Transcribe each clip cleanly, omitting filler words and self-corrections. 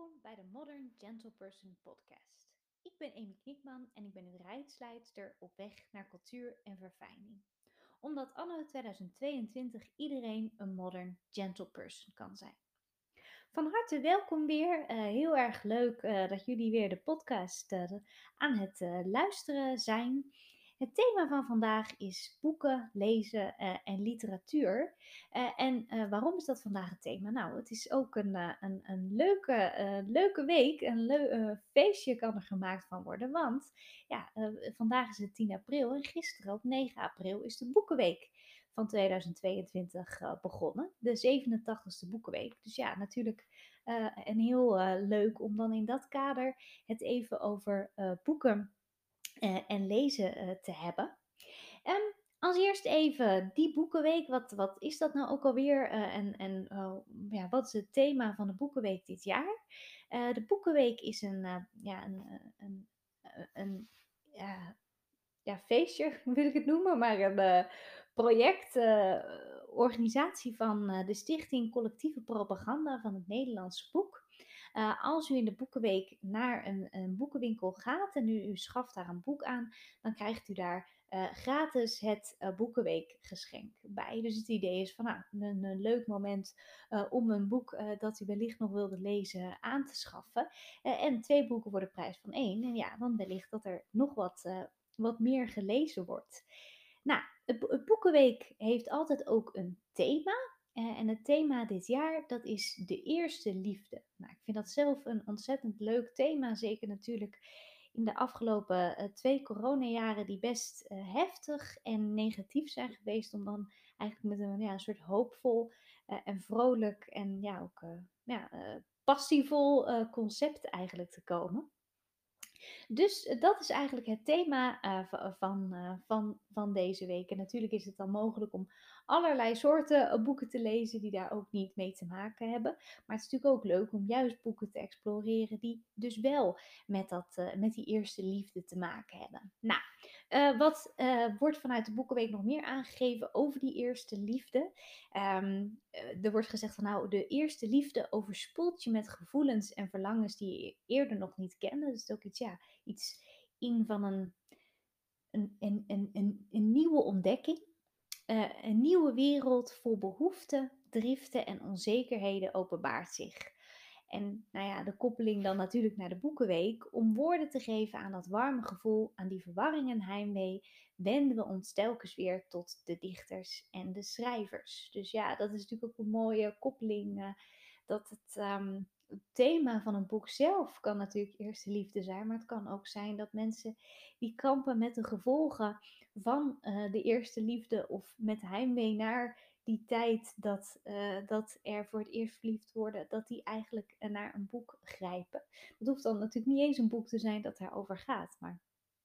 Welkom bij de Modern Gentle Person podcast. Ik ben Amy Knikman en ik ben uw reisleidster op weg naar cultuur en verfijning. Omdat anno 2022 iedereen een Modern Gentle Person kan zijn. Van harte welkom weer. Heel erg leuk dat jullie weer de podcast aan het luisteren zijn. Het thema van vandaag is boeken, lezen en literatuur. Waarom is dat vandaag het thema? Nou, het is ook een leuke week. Feestje kan er gemaakt van worden. Want ja, vandaag is het 10 april en gisteren op 9 april is de Boekenweek van 2022 begonnen. De 87e Boekenweek. Dus ja, natuurlijk en heel leuk om dan in dat kader het even over boeken en lezen te hebben. Als eerst even die Boekenweek. Wat is dat nou ook alweer? Ja, wat is het thema van de Boekenweek dit jaar? De Boekenweek is een ja, feestje wil ik het noemen, maar een project, organisatie van de Stichting Collectieve Propaganda van het Nederlandse Boek. Als u in de Boekenweek naar een boekenwinkel gaat en u schaft daar een boek aan, dan krijgt u daar gratis het Boekenweekgeschenk bij. Dus het idee is van een leuk moment om een boek dat u wellicht nog wilde lezen aan te schaffen. En 2 boeken voor de prijs van 1. En ja, dan wellicht dat er nog wat meer gelezen wordt. Nou, het Boekenweek heeft altijd ook een thema. En het thema dit jaar, dat is de eerste liefde. Nou, ik vind dat zelf een ontzettend leuk thema. Zeker natuurlijk in de afgelopen 2 coronajaren die best heftig en negatief zijn geweest. Om dan eigenlijk met een soort hoopvol en vrolijk en ook passievol concept eigenlijk te komen. Dus dat is eigenlijk het thema van deze week. En natuurlijk is het dan mogelijk om allerlei soorten boeken te lezen die daar ook niet mee te maken hebben. Maar het is natuurlijk ook leuk om juist boeken te exploreren die dus wel met die eerste liefde te maken hebben. Nou, wat wordt vanuit de Boekenweek nog meer aangegeven over die eerste liefde? Er wordt gezegd van nou, de eerste liefde overspoelt je met gevoelens en verlangens die je eerder nog niet kende. Dus het is ook iets in van een nieuwe ontdekking. Een nieuwe wereld vol behoeften, driften en onzekerheden openbaart zich. En nou ja, de koppeling dan natuurlijk naar de Boekenweek. Om woorden te geven aan dat warme gevoel, aan die verwarring en heimwee, wenden we ons telkens weer tot de dichters en de schrijvers. Dus ja, dat is natuurlijk ook een mooie koppeling. Dat het thema van een boek zelf kan natuurlijk eerste liefde zijn. Maar het kan ook zijn dat mensen die kampen met de gevolgen van de eerste liefde of met heimwee naar die tijd dat er voor het eerst verliefd worden, dat die eigenlijk naar een boek grijpen. Het hoeft dan natuurlijk niet eens een boek te zijn dat daarover gaat, maar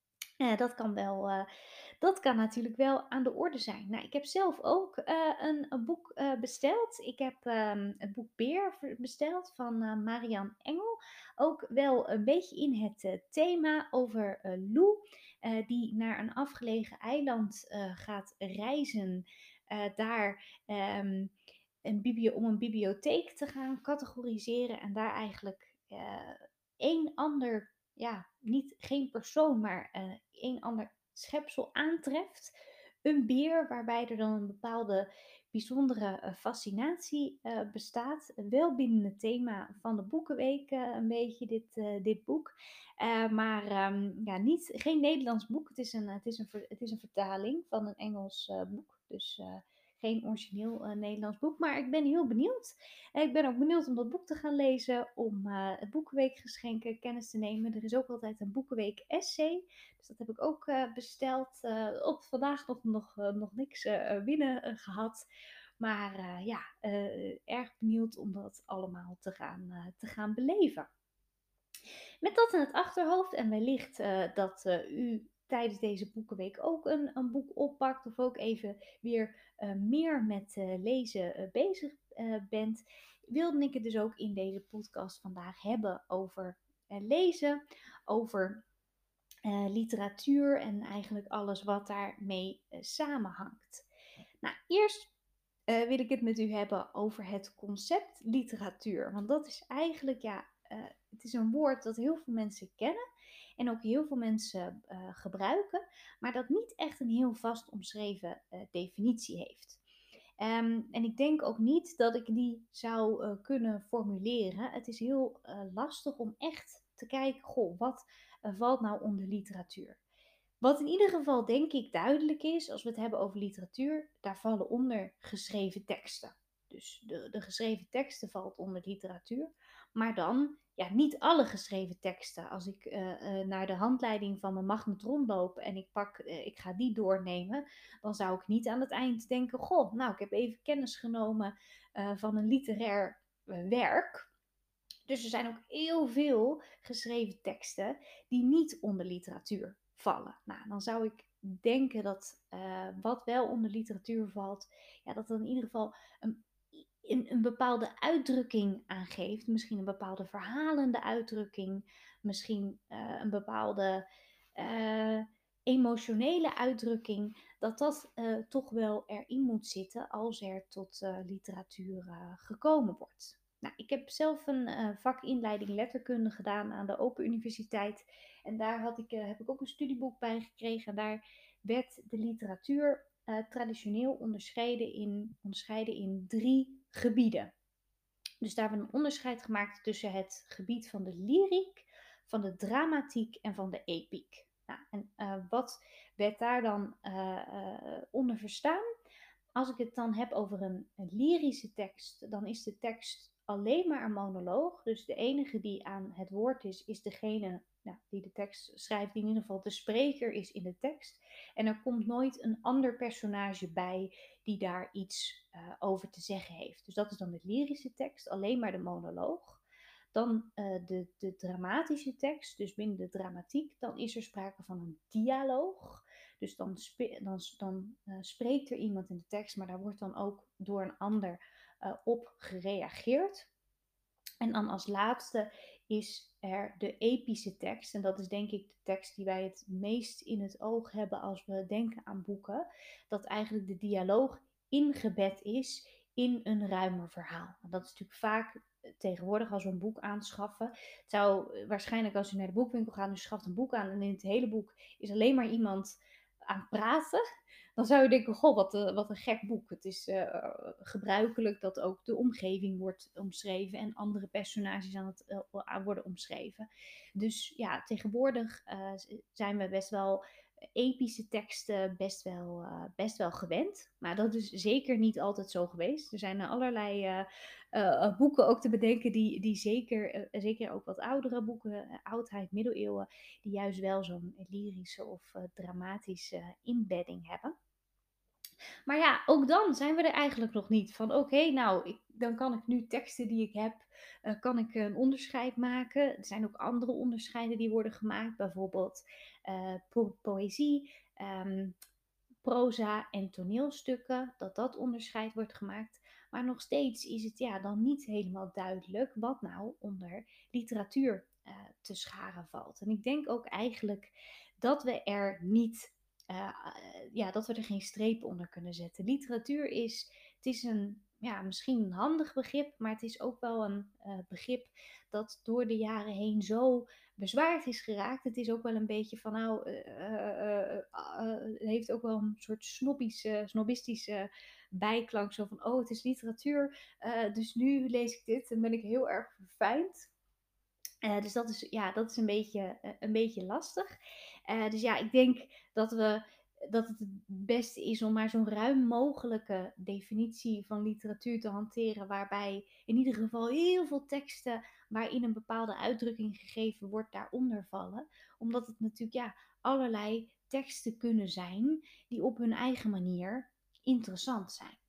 dat kan natuurlijk wel aan de orde zijn. Nou, ik heb zelf ook een boek besteld. Ik heb het boek Beer besteld van Marian Engel. Ook wel een beetje in het thema over Lou, die naar een afgelegen eiland gaat reizen. Daar om een bibliotheek te gaan categoriseren en daar eigenlijk één ander, geen persoon, maar één ander schepsel aantreft. Een beer waarbij er dan een bepaalde bijzondere fascinatie bestaat. Wel binnen het thema van de Boekenweek een beetje dit boek. Maar geen Nederlands boek. Het is een vertaling van een Engels boek. Dus geen origineel Nederlands boek. Maar ik ben heel benieuwd. Ik ben ook benieuwd om dat boek te gaan lezen. Om het Boekenweekgeschenk kennis te nemen. Er is ook altijd een Boekenweek essay. Dus dat heb ik ook besteld. Op vandaag nog niks binnen gehad. Maar erg benieuwd om dat allemaal te gaan beleven. Met dat in het achterhoofd en wellicht dat u tijdens deze Boekenweek ook een boek oppakt of ook even weer meer met lezen bezig bent, wilde ik het dus ook in deze podcast vandaag hebben over lezen, over literatuur en eigenlijk alles wat daarmee samenhangt. Nou, eerst wil ik het met u hebben over het concept literatuur. Want dat is eigenlijk het is een woord dat heel veel mensen kennen en ook heel veel mensen gebruiken, maar dat niet echt een heel vast omschreven definitie heeft. En ik denk ook niet dat ik die zou kunnen formuleren. Het is heel lastig om echt te kijken, goh, wat valt nou onder literatuur? Wat in ieder geval denk ik duidelijk is, als we het hebben over literatuur, daar vallen onder geschreven teksten. Dus de geschreven teksten valt onder literatuur. Maar dan, ja, niet alle geschreven teksten. Als ik naar de handleiding van mijn magnetron loop en ik ga die doornemen, dan zou ik niet aan het eind denken, goh, nou, ik heb even kennis genomen van een literair werk. Dus er zijn ook heel veel geschreven teksten die niet onder literatuur vallen. Nou, dan zou ik denken dat wat wel onder literatuur valt, ja, dat dan in ieder geval een, een bepaalde uitdrukking aangeeft. Misschien een bepaalde verhalende uitdrukking. Misschien een bepaalde uh, emotionele uitdrukking. Dat dat toch wel erin moet zitten als er tot literatuur gekomen wordt. Nou, ik heb zelf een vak inleiding letterkunde gedaan aan de Open Universiteit. En daar heb ik ook een studieboek bij gekregen. En daar werd de literatuur traditioneel onderscheiden in 3 gebieden. Dus daar hebben we een onderscheid gemaakt tussen het gebied van de lyriek, van de dramatiek en van de epiek. Nou, en wat werd daar dan onder verstaan? Als ik het dan heb over een lyrische tekst, dan is de tekst alleen maar een monoloog. Dus de enige die aan het woord is degene die de tekst schrijft, die in ieder geval de spreker is in de tekst. En er komt nooit een ander personage bij die daar iets over te zeggen heeft. Dus dat is dan de lyrische tekst, alleen maar de monoloog. Dan de dramatische tekst, dus binnen de dramatiek, dan is er sprake van een dialoog. Dus dan spreekt er iemand in de tekst, maar daar wordt dan ook door een ander op gereageerd. En dan als laatste is er de epische tekst. En dat is denk ik de tekst die wij het meest in het oog hebben als we denken aan boeken. Dat eigenlijk de dialoog ingebed is in een ruimer verhaal. En dat is natuurlijk vaak tegenwoordig als we een boek aanschaffen. Het zou waarschijnlijk als u naar de boekwinkel gaat en u schaft een boek aan en in het hele boek is alleen maar iemand aan het praten, dan zou je denken, goh, wat een gek boek. Het is gebruikelijk dat ook de omgeving wordt omschreven en andere personages aan worden omschreven. Dus ja, tegenwoordig zijn we best wel epische teksten best wel gewend. Maar dat is zeker niet altijd zo geweest. Er zijn allerlei boeken ook te bedenken die zeker ook wat oudere boeken, oudheid, middeleeuwen, die juist wel zo'n lyrische of dramatische inbedding hebben. Maar ja, ook dan zijn we er eigenlijk nog niet van. Oké, nou, dan kan ik nu teksten die ik heb, kan ik een onderscheid maken. Er zijn ook andere onderscheiden die worden gemaakt. Bijvoorbeeld poëzie, proza en toneelstukken. Dat onderscheid wordt gemaakt. Maar nog steeds is het ja dan niet helemaal duidelijk wat nou onder literatuur te scharen valt. En ik denk ook eigenlijk dat we er niet dat we er geen strepen onder kunnen zetten. Literatuur het is misschien een handig begrip, maar het is ook wel een begrip dat door de jaren heen zo bezwaard is geraakt. Het is ook wel een beetje van, het heeft ook wel een soort snobistische bijklank. Zo van, oh, het is literatuur, dus nu lees ik dit en ben ik heel erg verfijnd. Dus dat is een beetje lastig. Dus ja, ik denk dat het beste is om maar zo'n ruim mogelijke definitie van literatuur te hanteren, waarbij in ieder geval heel veel teksten waarin een bepaalde uitdrukking gegeven wordt daaronder vallen. Omdat het natuurlijk allerlei teksten kunnen zijn die op hun eigen manier interessant zijn.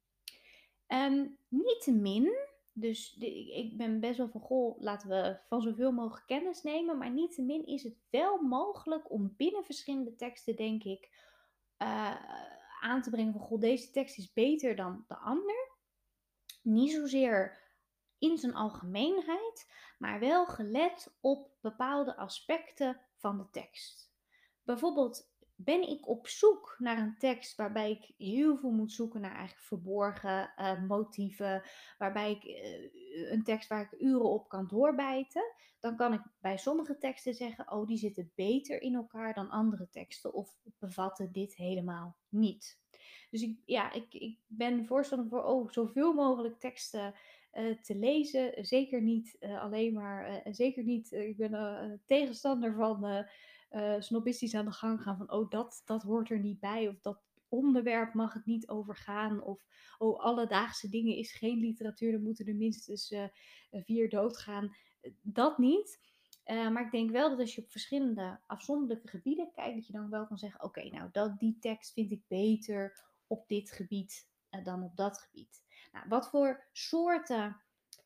Niettemin, dus ik ben best wel van, goh, laten we van zoveel mogelijk kennis nemen. Maar niettemin is het wel mogelijk om binnen verschillende teksten, denk ik, aan te brengen van, goh, deze tekst is beter dan de ander. Niet zozeer in zijn algemeenheid, maar wel gelet op bepaalde aspecten van de tekst. Bijvoorbeeld ben ik op zoek naar een tekst waarbij ik heel veel moet zoeken naar eigenlijk verborgen motieven, waarbij ik een tekst waar ik uren op kan doorbijten, dan kan ik bij sommige teksten zeggen, oh, die zitten beter in elkaar dan andere teksten of bevatten dit helemaal niet. Dus ik ben voorstander voor zoveel mogelijk teksten te lezen. Zeker niet alleen maar, zeker niet, ik ben tegenstander van snobistisch aan de gang gaan van, oh, dat hoort er niet bij, of dat onderwerp mag het niet overgaan, of oh, alledaagse dingen is geen literatuur, dan moeten er minstens 4 doodgaan. Dat niet. Maar ik denk wel dat als je op verschillende afzonderlijke gebieden kijkt, dat je dan wel kan zeggen, oké, nou, die tekst vind ik beter op dit gebied dan op dat gebied. Nou, wat voor soorten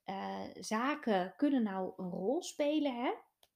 zaken kunnen nou een rol spelen, hè?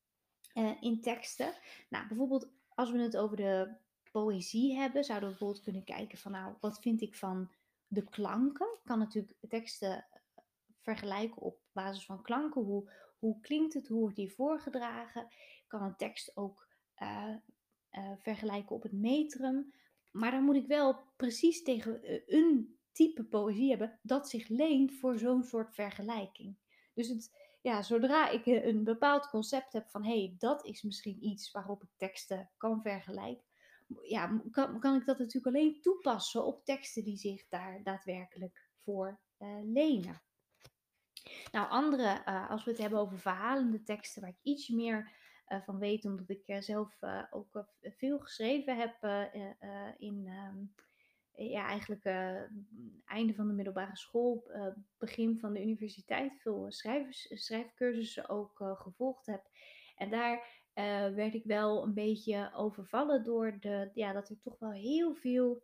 In teksten. Nou, bijvoorbeeld als we het over de poëzie hebben, zouden we bijvoorbeeld kunnen kijken van, nou, wat vind ik van de klanken? Ik kan natuurlijk teksten vergelijken op basis van klanken. Hoe klinkt het? Hoe wordt die voorgedragen? Ik kan een tekst ook vergelijken op het metrum. Maar dan moet ik wel precies tegen een type poëzie hebben dat zich leent voor zo'n soort vergelijking. Dus zodra ik een bepaald concept heb van, hey, dat is misschien iets waarop ik teksten kan vergelijken, ja, kan ik dat natuurlijk alleen toepassen op teksten die zich daar daadwerkelijk voor lenen. Nou, andere, als we het hebben over verhalende teksten, waar ik iets meer van weet, omdat ik zelf ook veel geschreven heb in eigenlijk einde van de middelbare school, begin van de universiteit, veel schrijfcursussen ook gevolgd heb. En daar werd ik wel een beetje overvallen door dat er toch wel heel veel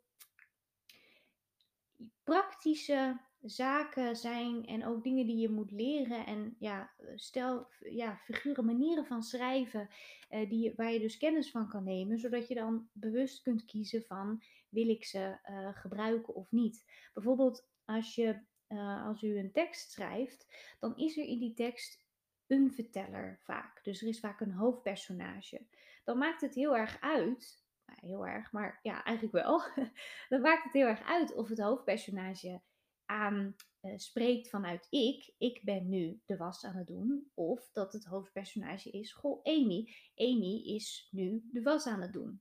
praktische zaken zijn en ook dingen die je moet leren. En figuren, manieren van schrijven waar je dus kennis van kan nemen, zodat je dan bewust kunt kiezen van, wil ik ze gebruiken of niet. Bijvoorbeeld als u een tekst schrijft, dan is er in die tekst een verteller vaak. Dus er is vaak een hoofdpersonage. Dan maakt het heel erg uit, nou, heel erg, maar ja, eigenlijk wel. Dan maakt het heel erg uit of het hoofdpersonage spreekt vanuit ik ben nu de was aan het doen, of dat het hoofdpersonage is, goh, Amy is nu de was aan het doen.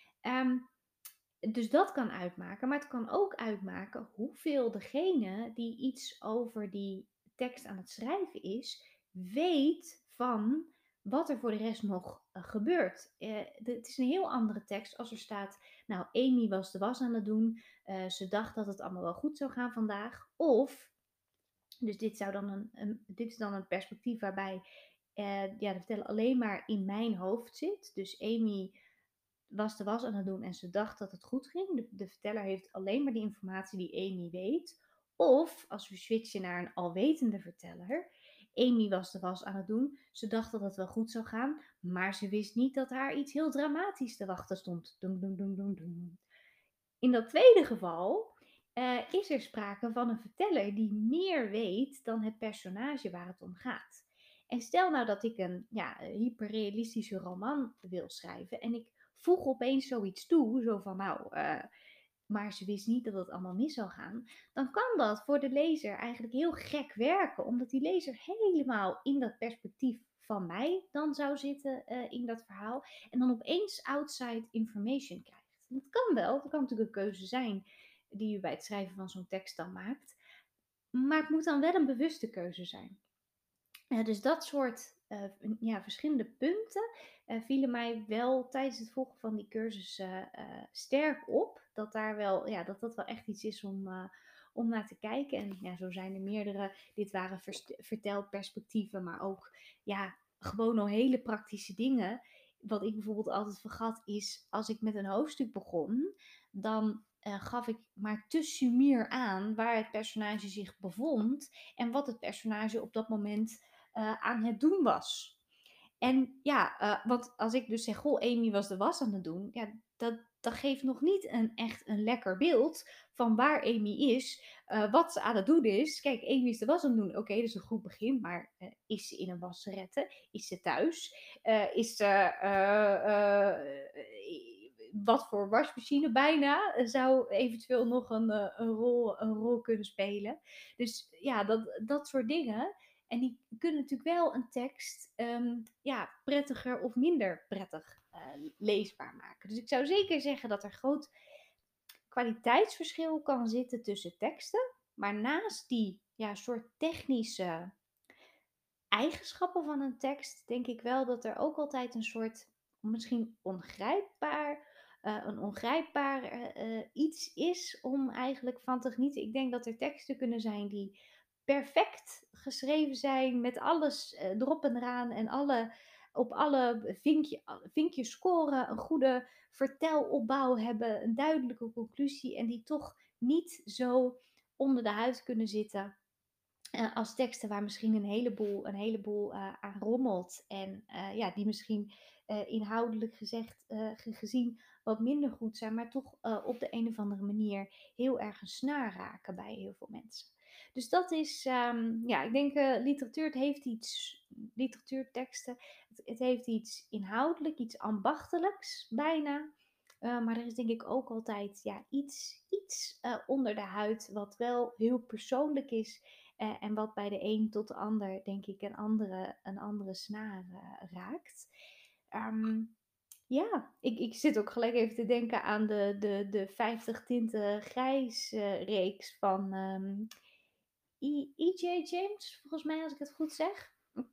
Dus dat kan uitmaken, maar het kan ook uitmaken hoeveel degene die iets over die tekst aan het schrijven is, weet van wat er voor de rest nog gebeurt. Het is een heel andere tekst als er staat, nou, Amy was de was aan het doen, ze dacht dat het allemaal wel goed zou gaan vandaag. Of, dus dit is dan een perspectief waarbij de verteller alleen maar in mijn hoofd zit. Dus Amy was de was aan het doen en ze dacht dat het goed ging. De verteller heeft alleen maar die informatie die Amy weet. Of, als we switchen naar een alwetende verteller, Amy was de was aan het doen. Ze dacht dat het wel goed zou gaan, maar ze wist niet dat haar iets heel dramatisch te wachten stond. Doem, doem, doem, doem, doem. In dat tweede geval is er sprake van een verteller die meer weet dan het personage waar het om gaat. En stel nou dat ik een hyperrealistische roman wil schrijven en ik voeg opeens zoiets toe, zo van nou, maar ze wist niet dat het allemaal mis zou gaan, dan kan dat voor de lezer eigenlijk heel gek werken, omdat die lezer helemaal in dat perspectief van mij dan zou zitten in dat verhaal en dan opeens outside information krijgt. Dat kan wel, dat kan natuurlijk een keuze zijn die u bij het schrijven van zo'n tekst dan maakt, maar het moet dan wel een bewuste keuze zijn. Dus dat soort verschillende punten vielen mij wel tijdens het volgen van die cursus sterk op. Dat dat wel echt iets is om naar te kijken. En ja, zo zijn er meerdere. Dit waren vertelperspectieven, maar ook gewoon al hele praktische dingen. Wat ik bijvoorbeeld altijd vergat is, als ik met een hoofdstuk begon, dan gaf ik maar te sumier aan waar het personage zich bevond en wat het personage op dat moment aan het doen was. En want als ik dus zeg, goh, Amy was de was aan het doen, ja, dat geeft nog niet echt een lekker beeld van waar Amy is, wat ze aan het doen is. Kijk, Amy is de was aan het doen, oké, dat is een goed begin, maar is ze in een wasserette? Is ze thuis? Is ze wat voor wasmachine bijna zou eventueel nog een rol kunnen spelen. Dus ja, dat soort dingen. En die kunnen natuurlijk wel een tekst ja, prettiger of minder prettig leesbaar maken. Dus ik zou zeker zeggen dat er groot kwaliteitsverschil kan zitten tussen teksten. Maar naast die ja, soort technische eigenschappen van een tekst, denk ik wel dat er ook altijd een soort misschien een ongrijpbaar iets is om eigenlijk van te genieten. Ik denk dat er teksten kunnen zijn die perfect geschreven zijn met alles erop en eraan en op alle vinkjes scoren, een goede vertelopbouw hebben, een duidelijke conclusie en die toch niet zo onder de huid kunnen zitten als teksten waar misschien een heleboel aan rommelt. En ja, die misschien inhoudelijk gezien wat minder goed zijn, maar toch op de een of andere manier heel erg een snaar raken bij heel veel mensen. Dus dat is, ja, ik denk literatuur, het heeft iets, literatuurteksten, het heeft iets inhoudelijk, iets ambachtelijks bijna. Maar er is denk ik ook altijd ja, iets onder de huid wat wel heel persoonlijk is en wat bij de een tot de ander, denk ik, een andere snaar raakt. Ehm, ja, ik zit ook gelijk even te denken aan de 50 tinten grijs reeks van E.J. James, volgens mij, als ik het goed zeg.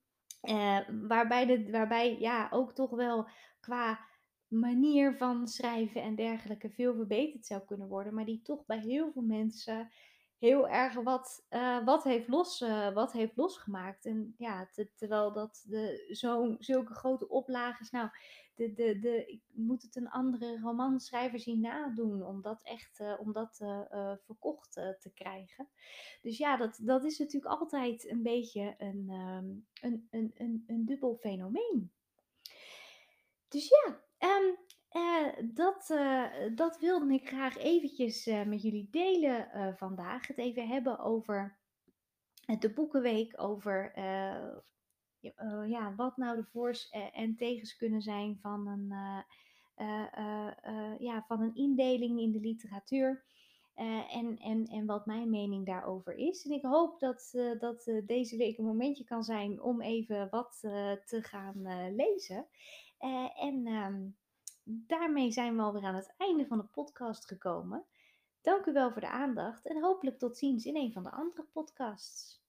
Waarbij ja, ook toch wel qua manier van schrijven en dergelijke veel verbeterd zou kunnen worden. Maar die toch bij heel veel mensen heel erg wat heeft losgemaakt. En ja, terwijl dat zulke grote oplages. Nou, ik moet het een andere romanschrijver zien nadoen om dat verkocht te krijgen. Dus ja, dat is natuurlijk altijd een beetje een dubbel fenomeen. Dus ja, dat wilde ik graag eventjes met jullie delen vandaag. Het even hebben over de Boekenweek, over ja, wat nou de voor's en tegens kunnen zijn van ja, van een indeling in de literatuur. En wat mijn mening daarover is. En ik hoop dat deze week een momentje kan zijn om even wat te gaan lezen. En daarmee zijn we alweer aan het einde van de podcast gekomen. Dank u wel voor de aandacht en hopelijk tot ziens in een van de andere podcasts.